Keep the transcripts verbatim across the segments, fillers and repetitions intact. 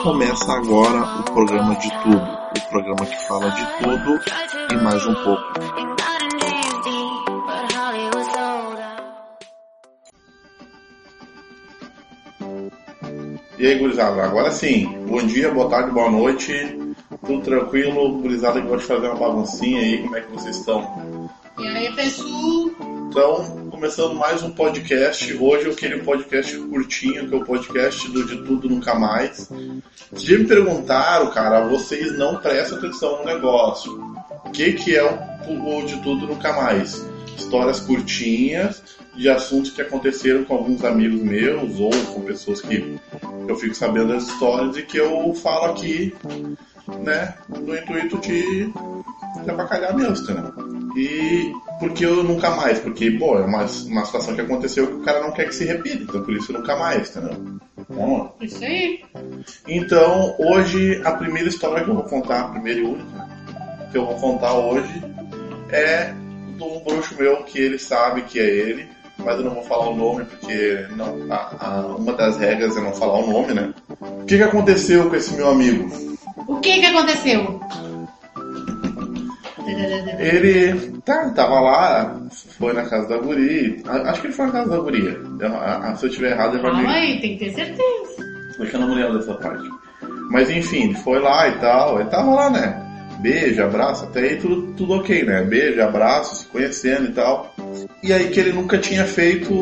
Começa agora o programa de tudo, o programa que fala de tudo e mais um pouco. E aí, gurizada, agora sim, bom dia, boa tarde, boa noite, tudo tranquilo, gurizada que gosta de fazer uma baguncinha aí, como é que vocês estão? E aí, pessoal? Então, começando mais um podcast, hoje eu queria um podcast curtinho, que é o podcast do De Tudo Nunca Mais. Se já me perguntaram, cara, vocês não prestam atenção no negócio. O que, que é o, o De Tudo Nunca Mais? Histórias curtinhas de assuntos que aconteceram com alguns amigos meus ou com pessoas que eu fico sabendo das histórias e que eu falo aqui, né, no intuito de, de abacalhar mesmo, entendeu? E por que eu nunca mais? Porque, pô, é uma, uma situação que aconteceu que o cara não quer que se repita, então por isso nunca mais, entendeu? Vamos lá. Isso aí. Então, hoje, a primeira história que eu vou contar, a primeira e única que eu vou contar hoje é de um bruxo meu que ele sabe que é ele, mas eu não vou falar o nome porque não, a, a, uma das regras é não falar o nome, né? O que, que aconteceu com esse meu amigo? O que que aconteceu? Ele tá, tava lá, foi na casa da guria, acho que ele foi na casa da guria, se eu estiver errado ele vai me... Fala aí, tem que ter certeza. Acho que eu não me lembro dessa parte. Mas enfim, ele foi lá e tal, ele tava lá, né? Beijo, abraço, até aí tudo, tudo ok, né? Beijo, abraço, se conhecendo e tal. E aí que ele nunca tinha feito...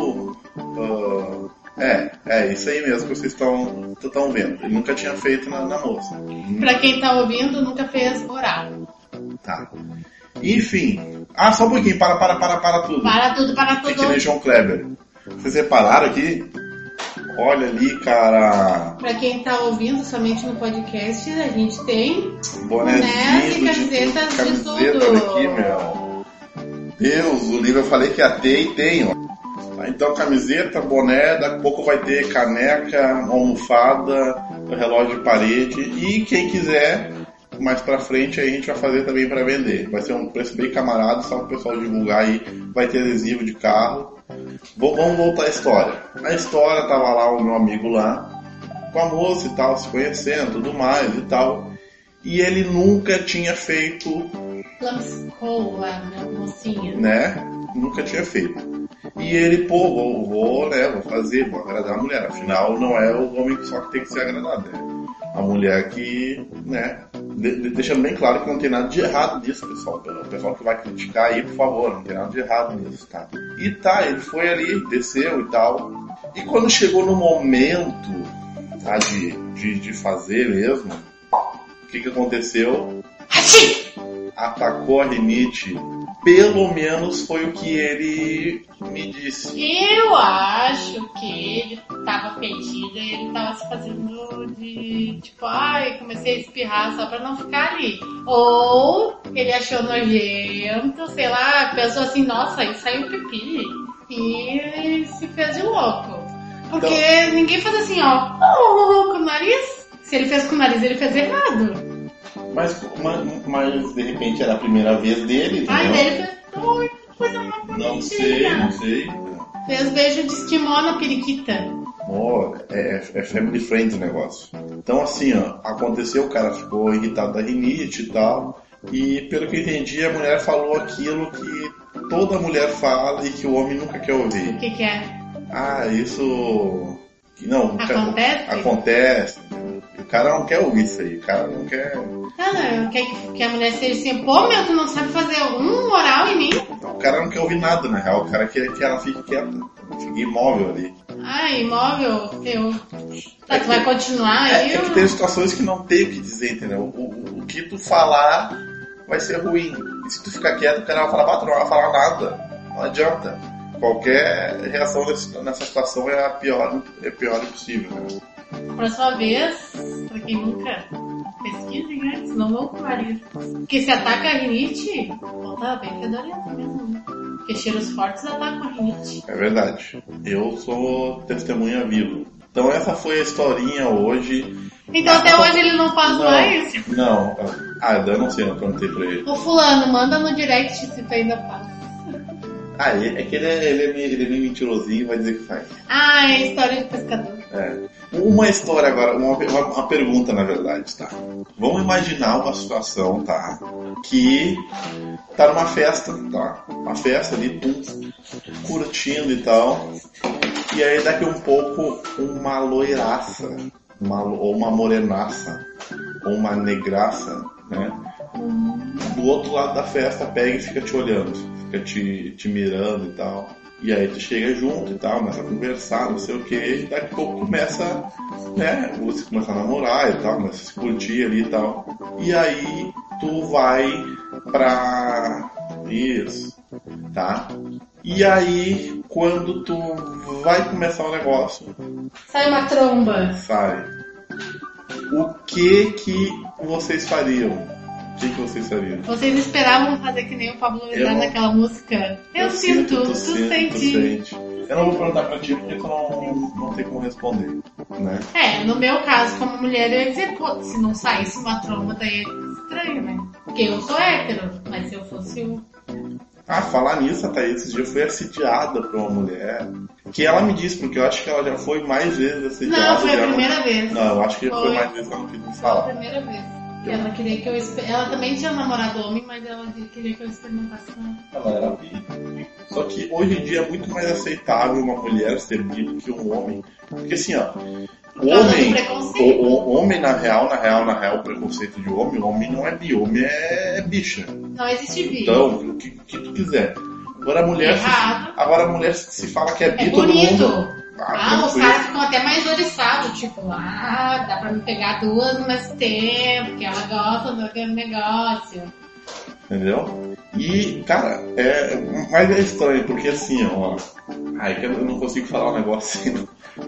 Uh, é, é isso aí mesmo que vocês estão vendo. Ele nunca tinha feito na, na moça. Pra quem tá ouvindo, nunca fez oral. Tá. Enfim. Ah, só um pouquinho, para, para, para, para tudo. Para tudo, para tudo. Fique que nem João Kleber. Vocês repararam aqui? Olha ali, cara. Pra quem tá ouvindo somente no podcast, a gente tem bonézinho e camisetas de, camiseta, tudo. Olha aqui, meu. Deus, o livro eu falei que ia ter e tem, ó. Então, camiseta, boné, daqui a pouco vai ter caneca, almofada, relógio de parede. E quem quiser, mais pra frente, aí a gente vai fazer também pra vender. Vai ser um preço bem camarada, só para o pessoal divulgar aí. Vai ter adesivo de carro. Vamos voltar à história. A história tava lá o meu amigo lá, com a moça e tal, se conhecendo, tudo mais e tal. E ele nunca tinha feito... Lambscou a mocinha. Né? Nunca tinha feito. E ele, pô, vou, vou, né, vou fazer, vou agradar a mulher. Afinal, não é o homem só que tem que ser agradado, né? A mulher que, né, de, de, deixando bem claro que não tem nada de errado nisso, pessoal. O pessoal que vai criticar aí, por favor, não tem nada de errado nisso, tá? E tá, ele foi ali, desceu e tal. E quando chegou no momento, tá, de, de, de fazer mesmo, o que que aconteceu? Atacou a rinite. Pelo menos foi o que ele me disse. Eu acho que ele tava perdido e ele tava se fazendo de tipo, ai, comecei a espirrar só pra não ficar ali. Ou ele achou nojento, sei lá, pensou assim, nossa, aí saiu pipi. E se fez de louco. Porque então, ninguém faz assim, ó, oh, com o nariz. Se ele fez com o nariz, ele fez errado. Mas, mas, mas de repente era a primeira vez dele, entendeu? Ai, dele fez oi, coisa mais bonitinha. Não sei, não sei. Fez beijo de esquimó na periquita. Oh, é, é family friend o negócio. Então assim, ó, aconteceu, o cara ficou irritado da rinite e tal. E pelo que eu entendi, a mulher falou aquilo que toda mulher fala e que o homem nunca quer ouvir. O que que é? Ah, isso... Não, acontece? Quer... Acontece. O cara não quer ouvir isso aí, o cara não quer... Ah, não, quer que a mulher seja assim, pô, meu, tu não sabe fazer um oral em mim? O cara não quer ouvir nada, na real, o cara quer que ela fique quieta, fique imóvel ali. Ah, imóvel? Eu... Tá, tu vai continuar aí? É, é que tem situações que não tem o que dizer, entendeu? O, o, o que tu falar vai ser ruim. E se tu ficar quieto, o cara vai falar, bah, tu não vai falar nada. Não adianta. Qualquer reação nessa situação é a pior, é pior impossível, né? Próxima vez, pra quem nunca pesquisem antes, não vão com nariz. Porque se ataca a rinite, volta bem fedorento mesmo, né? Porque cheiros fortes atacam a rinite. É verdade. Eu sou testemunha viva. Então essa foi a historinha hoje. Então até hoje ele não faz não, mais? Não. Ah, eu não sei, eu perguntei pra ele. Ô fulano, manda no direct se tu ainda faz. Ah, é que ele é, ele é, meio, ele é meio mentirosinho e vai dizer que faz. Ah, é história de pescador. É. Uma história agora, uma, uma, uma pergunta na verdade, tá? Vamos imaginar uma situação, tá? Que tá numa festa, tá? Uma festa ali, tum, curtindo e tal. E aí daqui um pouco uma loiraça, uma, ou uma morenaça, ou uma negraça, né? Do outro lado da festa pega e fica te olhando, fica te, te mirando e tal. E aí tu chega junto e tal, começa a conversar, não sei o que, e daqui a pouco começa, né, você começa a namorar e tal, começa a se curtir ali e tal. E aí tu vai pra... Isso, tá? E aí, quando tu vai começar o negócio... Sai uma tromba. Sai. O que que vocês fariam? O que, que vocês fariam? Vocês esperavam fazer que nem o Pablo Vittar Eu- naquela música? Eu, Eu sinto, tu tu sinto, sente. tu sente. Eu não vou perguntar pra ti porque tu não, não tem como responder, né? É, no meu caso, como mulher, eu ia dizer, pô, se não saísse uma tromba, daí é estranho, né? Porque eu sou hétero, mas se eu fosse o... Ah, falar nisso, a Thaís, esse dia eu fui assediada por uma mulher. Que ela me disse, porque eu acho que ela já foi mais vezes assediada. Não, foi a já primeira vez. Não, eu acho que já foi Foi. mais vezes que ela não quis me Foi a falar. primeira vez. Que ela queria que eu... exper- Ela também tinha namorado homem, mas ela queria que eu experimentasse com ela. Ela era bi. Só que hoje em dia é muito mais aceitável uma mulher ser bi do que um homem. Porque assim, ó, o Por causa do homem, preconceito. o, o homem na real, na real, na real, o preconceito de homem, o homem não é bi, o homem é, é bicha. Não existe bi. Então, o que, que tu quiser. Agora a mulher, se, Errado. agora a mulher se fala que é bi, É todo bonito. mundo. Ah, os tranquilo. caras ficam até mais oriçados, tipo, ah, dá pra me pegar duas no mesmo tempo, porque ela gosta do aquele negócio. Entendeu? E, cara, é, mas é estranho, porque assim, ó. Ai, que eu não consigo falar um negócio assim.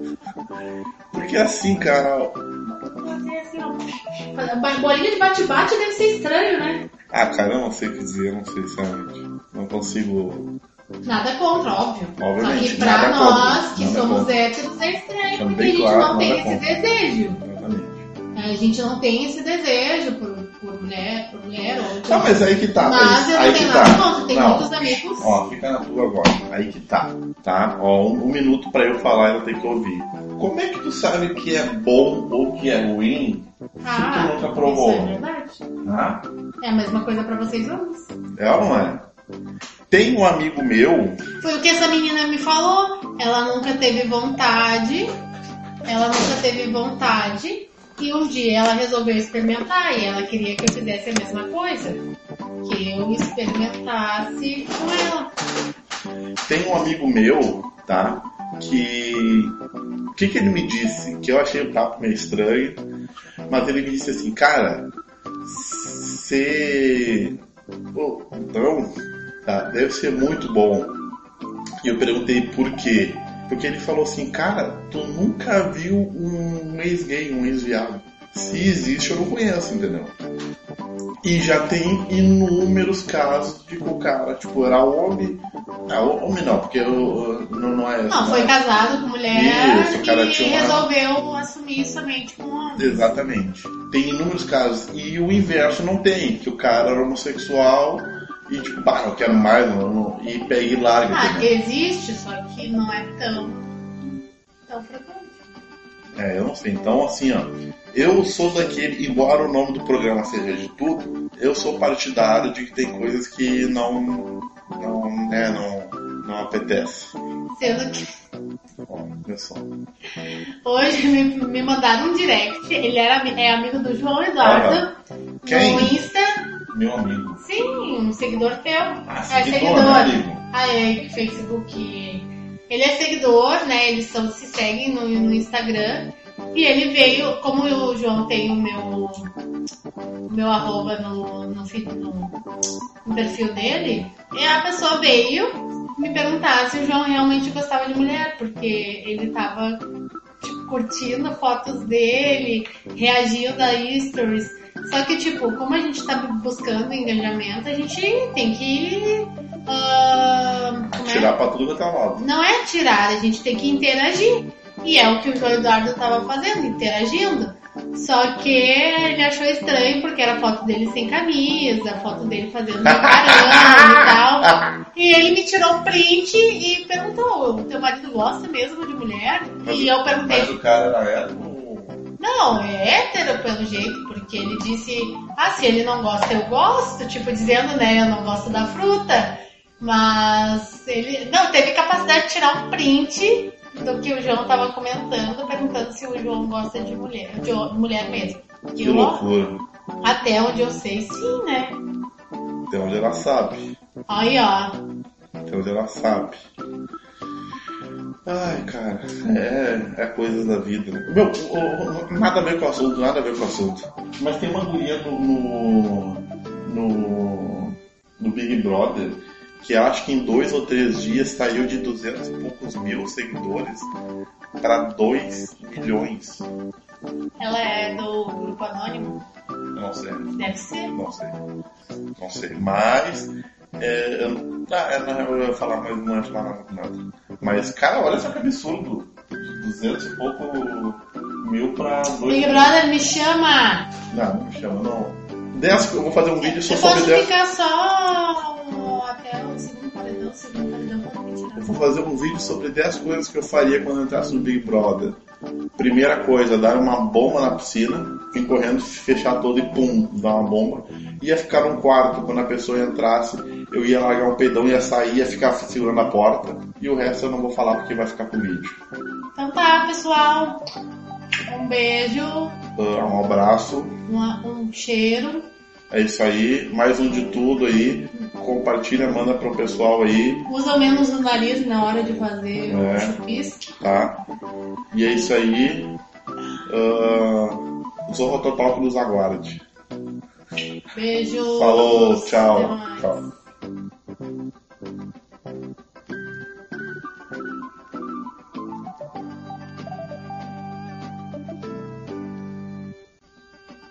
Porque assim, cara. Fazer assim, ó. Bolinha de bate-bate deve ser estranho, né? Ah, cara, eu não sei o que dizer, eu não sei, sinceramente. Não consigo. Nada contra, óbvio. Obviamente, Só que pra nada nós, contra, que nada somos contra. héteros, é estranho, Também, porque a gente claro, não tem nada esse contra. desejo. Exatamente. A gente não tem esse desejo por, por mulher, por mulher ou por... Tá, mas aí que tá. Mas eu aí não que tenho tá. nada contra, tem Não. muitos amigos. Ó, fica na tua agora. Aí que tá, tá? Ó, um, um minuto pra eu falar e eu tenho que ouvir. Como é que tu sabe o que é bom ou que é ruim Ah, se tu nunca provou? isso é verdade. Tá? É a mesma coisa pra vocês homens. É ou não é? Tem um amigo meu. Foi o que essa menina me falou. Ela nunca teve vontade. Ela nunca teve vontade. E um dia ela resolveu experimentar. E ela queria que eu fizesse a mesma coisa. Que eu experimentasse com ela. Tem um amigo meu, tá? Que. O que, que ele me disse? Que eu achei o papo meio estranho. Mas ele me disse assim, cara. Você. Pô, então. Tá, deve ser muito bom. E eu perguntei por quê. Porque ele falou assim, cara, tu nunca viu um ex-gay, um ex-viado. Se existe, eu não conheço, entendeu? E já tem inúmeros casos de que o cara, tipo, era homem. Ah, homem não, porque eu, eu- não, não é Não, né? foi casado com mulher Isso, o cara e tinha uma- resolveu assumir somente com homem. Exatamente. Tem inúmeros casos. E o inverso não tem, que o cara era homossexual e tipo, bah, não quero mais, não, não, e pega e larga Ah, também. existe, só que não é tão, tão frequente. É, eu não sei. Então, assim, ó, eu sou daquele, embora o nome do programa seja de tudo, eu sou partidário de que tem coisas que não, não, né, não, não apetece. Sendo que Ó, olha só. hoje me, me mandaram um direct, ele era, é amigo do João Eduardo, Quem? no Insta. Meu amigo. Sim, um seguidor teu. Ah, é seguidor, seguidor. né, amigo? Ah, é, Facebook. Ele é seguidor, né? Eles são, se seguem no, no Instagram. E ele veio, como o João tem o meu, o meu arroba no, no, feed- no, no perfil dele, e a pessoa veio me perguntar se o João realmente gostava de mulher, porque ele tava tipo, curtindo fotos dele, reagindo a stories. Só que, tipo, como a gente tá buscando engajamento, a gente tem que... ah, como é? Tirar pra tudo que tá lado. Não é tirar, a gente tem que interagir. E é o que o João Eduardo tava fazendo, interagindo. Só que ele achou estranho porque era foto dele sem camisa, foto dele fazendo caramba e tal. E ele me tirou um print e perguntou, o teu marido gosta mesmo de mulher? Mas, e eu perguntei... Mas o cara era hétero? Não, é hétero pelo jeito, porque ele disse, ah, se ele não gosta, eu gosto, tipo, dizendo, né, eu não gosto da fruta, mas ele, não, teve capacidade de tirar um print do que o João tava comentando, perguntando se o João gosta de mulher, de mulher mesmo. Que eu, loucura. Até onde eu sei, sim, né? Até onde ela sabe. Aí, ó. Até onde ela sabe. Ai, cara, é, é coisas da vida, né? Meu, o, o, nada a ver com o assunto, nada a ver com o assunto. Mas tem uma guria no, no, no, no Big Brother que acho que em dois ou três dias saiu de duzentos e poucos mil seguidores para dois milhões. Ela é do Grupo Anônimo? Eu não sei. Deve ser. Não sei. Não sei. Mas... É, eu, ah, é, não, eu ia falar, mas não ia falar nada com nada. Mas, cara, olha só que absurdo. duzentos e pouco mil pra dois. Big Brother, me chama! Não, não me chama, não. dez, eu vou fazer um vídeo só eu sobre posso dez. ficar só até o segundo paredão, o segundo paredão pra me tirar. Eu vou fazer um vídeo sobre dez coisas que eu faria quando eu entrasse no Big Brother. Primeira coisa, dar uma bomba na piscina, vir correndo, fechar todo e pum, dar uma bomba. Ia ficar num quarto, quando a pessoa entrasse, eu ia largar um peidão, ia sair, ia ficar segurando a porta. E o resto eu não vou falar porque vai ficar com vídeo. Então tá, pessoal. Um beijo. Uh, um abraço. Um, um cheiro. É isso aí. Mais um de tudo aí. Compartilha, manda pro pessoal aí. Usa menos o nariz na hora de fazer é, o chupisco. Tá. E é isso aí. Uh, Zorro Total que nos aguarde. Beijo. Falou, tchau. Tchau.